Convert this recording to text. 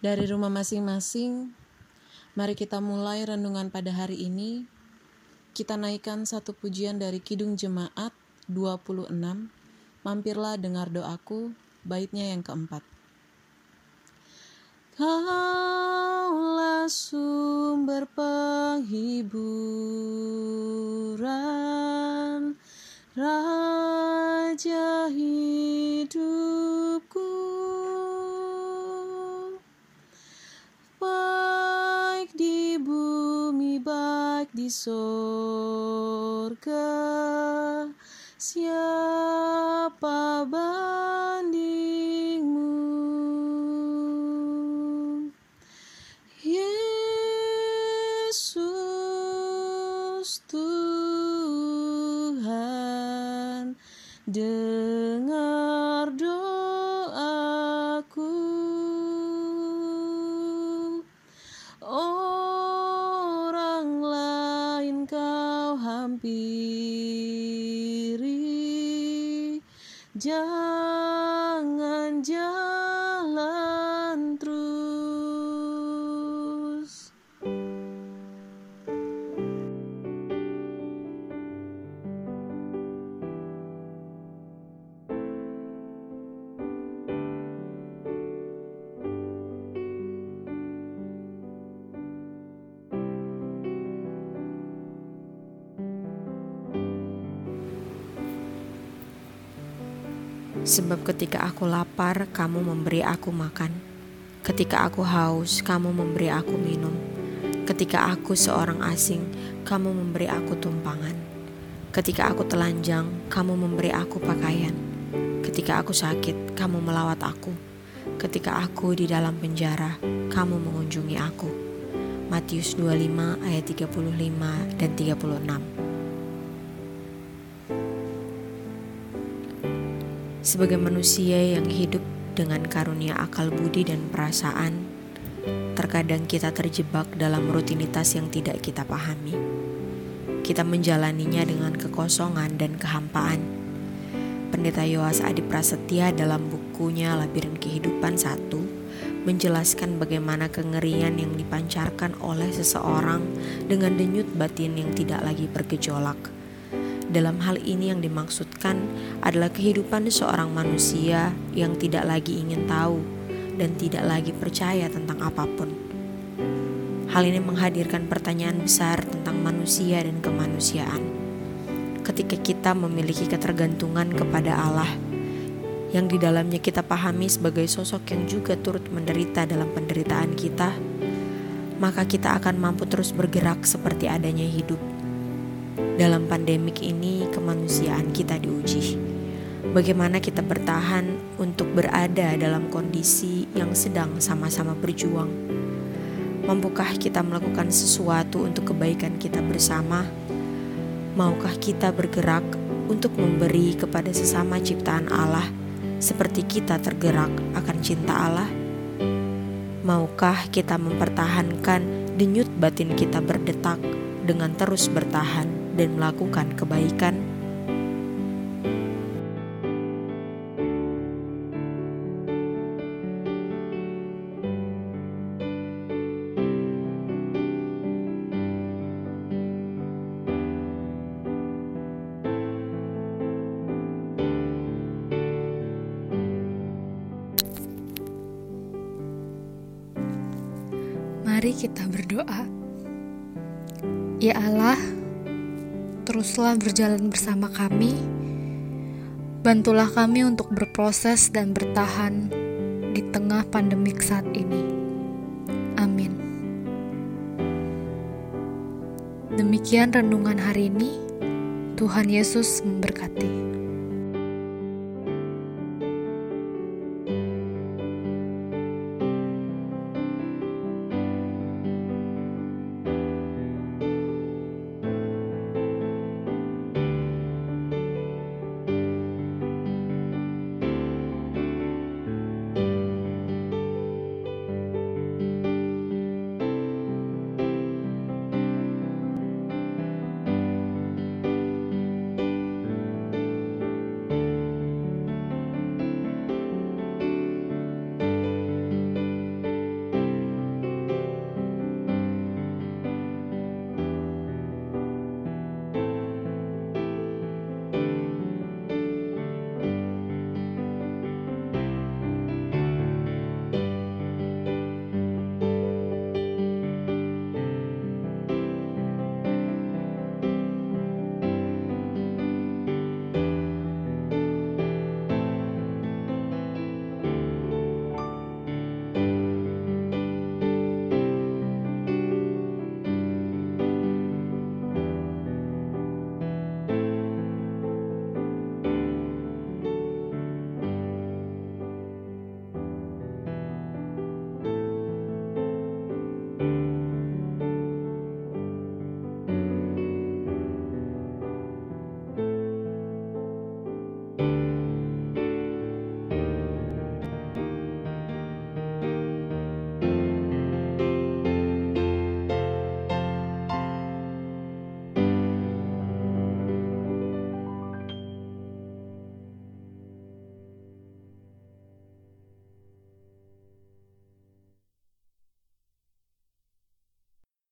Dari rumah masing-masing, mari kita mulai renungan pada hari ini. Kita naikkan satu pujian dari Kidung Jemaat 26, Mampirlah dengar doaku, baitnya yang keempat. Kaulah sumber penghiburan, Raja hidupku, baik di bumi, baik di sorga, siapa bandingmu? Yesus Tuhan, dengar doaku. Orang lain kau hampiri, jangan jalan terus. Sebab ketika aku lapar, kamu memberi aku makan. Ketika aku haus, kamu memberi aku minum. Ketika aku seorang asing, kamu memberi aku tumpangan. Ketika aku telanjang, kamu memberi aku pakaian. Ketika aku sakit, kamu melawat aku. Ketika aku di dalam penjara, kamu mengunjungi aku. Matius 25 ayat 35 dan 36. Sebagai manusia yang hidup dengan karunia akal budi dan perasaan, terkadang kita terjebak dalam rutinitas yang tidak kita pahami. Kita menjalaninya dengan kekosongan dan kehampaan. Pendeta Yoas Adi Prasetya dalam bukunya Labirin Kehidupan 1 menjelaskan bagaimana kengerian yang dipancarkan oleh seseorang dengan denyut batin yang tidak lagi bergejolak. Dalam hal ini yang dimaksudkan adalah kehidupan seorang manusia yang tidak lagi ingin tahu dan tidak lagi percaya tentang apapun. Hal ini menghadirkan pertanyaan besar tentang manusia dan kemanusiaan. Ketika kita memiliki ketergantungan kepada Allah, yang di dalamnya kita pahami sebagai sosok yang juga turut menderita dalam penderitaan kita, maka kita akan mampu terus bergerak seperti adanya hidup. Dalam pandemik ini, kemanusiaan kita diuji. Bagaimana kita bertahan untuk berada dalam kondisi yang sedang sama-sama berjuang? Mampukah kita melakukan sesuatu untuk kebaikan kita bersama? Maukah kita bergerak untuk memberi kepada sesama ciptaan Allah seperti kita tergerak akan cinta Allah? Maukah kita mempertahankan denyut batin kita berdetak dengan terus bertahan dan melakukan kebaikan? Mari kita berdoa. Ya Allah, teruslah berjalan bersama kami. Bantulah kami untuk berproses dan bertahan di tengah pandemik saat ini. Amin. Demikian renungan hari ini. Tuhan Yesus memberkati.